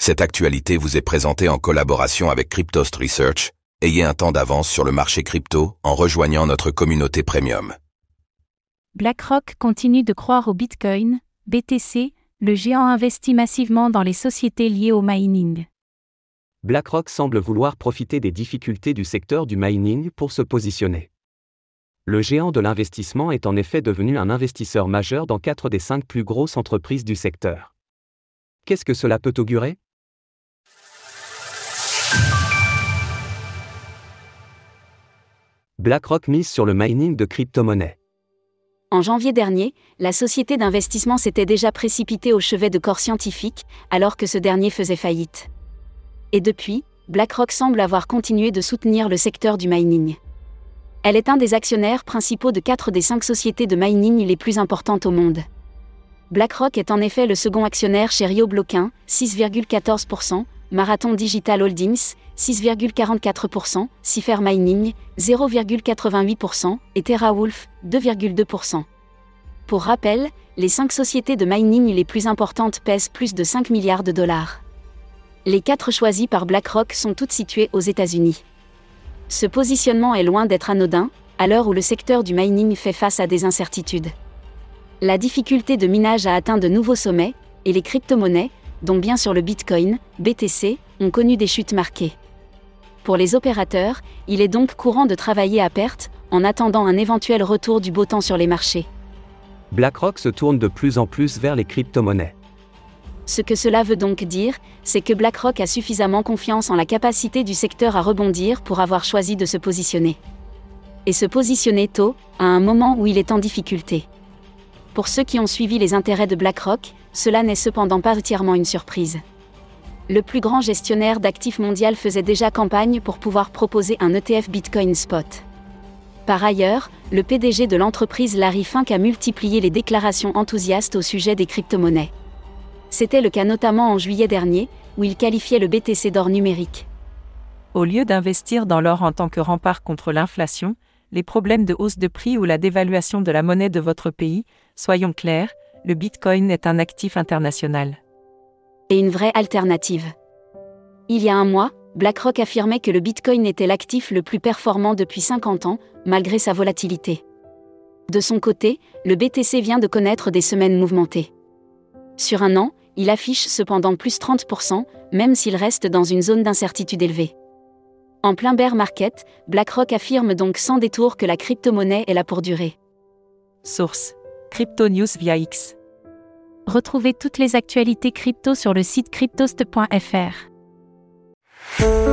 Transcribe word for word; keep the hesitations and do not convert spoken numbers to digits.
Cette actualité vous est présentée en collaboration avec Cryptost Research. Ayez un temps d'avance sur le marché crypto en rejoignant notre communauté premium. BlackRock continue de croire au Bitcoin, B T C, le géant investit massivement dans les sociétés liées au mining. BlackRock semble vouloir profiter des difficultés du secteur du mining pour se positionner. Le géant de l'investissement est en effet devenu un investisseur majeur dans quatre des cinq plus grosses entreprises du secteur. Qu'est-ce que cela peut augurer ? BlackRock mise sur le mining de crypto-monnaies. En janvier dernier, la société d'investissement s'était déjà précipitée au chevet de Core Scientific, alors que ce dernier faisait faillite. Et depuis, BlackRock semble avoir continué de soutenir le secteur du mining. Elle est un des actionnaires principaux de quatre des cinq sociétés de mining les plus importantes au monde. BlackRock est en effet le second actionnaire chez Rio Blockchain, six virgule quatorze pour cent, Marathon Digital Holdings, six virgule quarante-quatre pour cent, Cipher Mining, zéro virgule quatre-vingt-huit pour cent, et TerraWolf, deux virgule deux pour cent. Pour rappel, les cinq sociétés de mining les plus importantes pèsent plus de cinq milliards de dollars. Les quatre choisies par BlackRock sont toutes situées aux États-Unis. Ce positionnement est loin d'être anodin, à l'heure où le secteur du mining fait face à des incertitudes. La difficulté de minage a atteint de nouveaux sommets, et les crypto-monnaies, dont bien sûr le Bitcoin, B T C, ont connu des chutes marquées. Pour les opérateurs, il est donc courant de travailler à perte, en attendant un éventuel retour du beau temps sur les marchés. BlackRock se tourne de plus en plus vers les crypto-monnaies. Ce que cela veut donc dire, c'est que BlackRock a suffisamment confiance en la capacité du secteur à rebondir pour avoir choisi de se positionner. Et se positionner tôt, à un moment où il est en difficulté. Pour ceux qui ont suivi les intérêts de BlackRock, cela n'est cependant pas entièrement une surprise. Le plus grand gestionnaire d'actifs mondial faisait déjà campagne pour pouvoir proposer un E T F Bitcoin Spot. Par ailleurs, le P D G de l'entreprise Larry Fink a multiplié les déclarations enthousiastes au sujet des crypto-monnaies. C'était le cas notamment en juillet dernier, où il qualifiait le B T C d'or numérique. Au lieu d'investir dans l'or en tant que rempart contre l'inflation, les problèmes de hausse de prix ou la dévaluation de la monnaie de votre pays, soyons clairs, le Bitcoin est un actif international. Et une vraie alternative. Il y a un mois, BlackRock affirmait que le Bitcoin était l'actif le plus performant depuis cinquante ans, malgré sa volatilité. De son côté, le B T C vient de connaître des semaines mouvementées. Sur un an, il affiche cependant plus trente pour cent, même s'il reste dans une zone d'incertitude élevée. En plein bear market, BlackRock affirme donc sans détour que la crypto-monnaie est là pour durer. Source: Crypto News via X. Retrouvez toutes les actualités crypto sur le site cryptost point f r.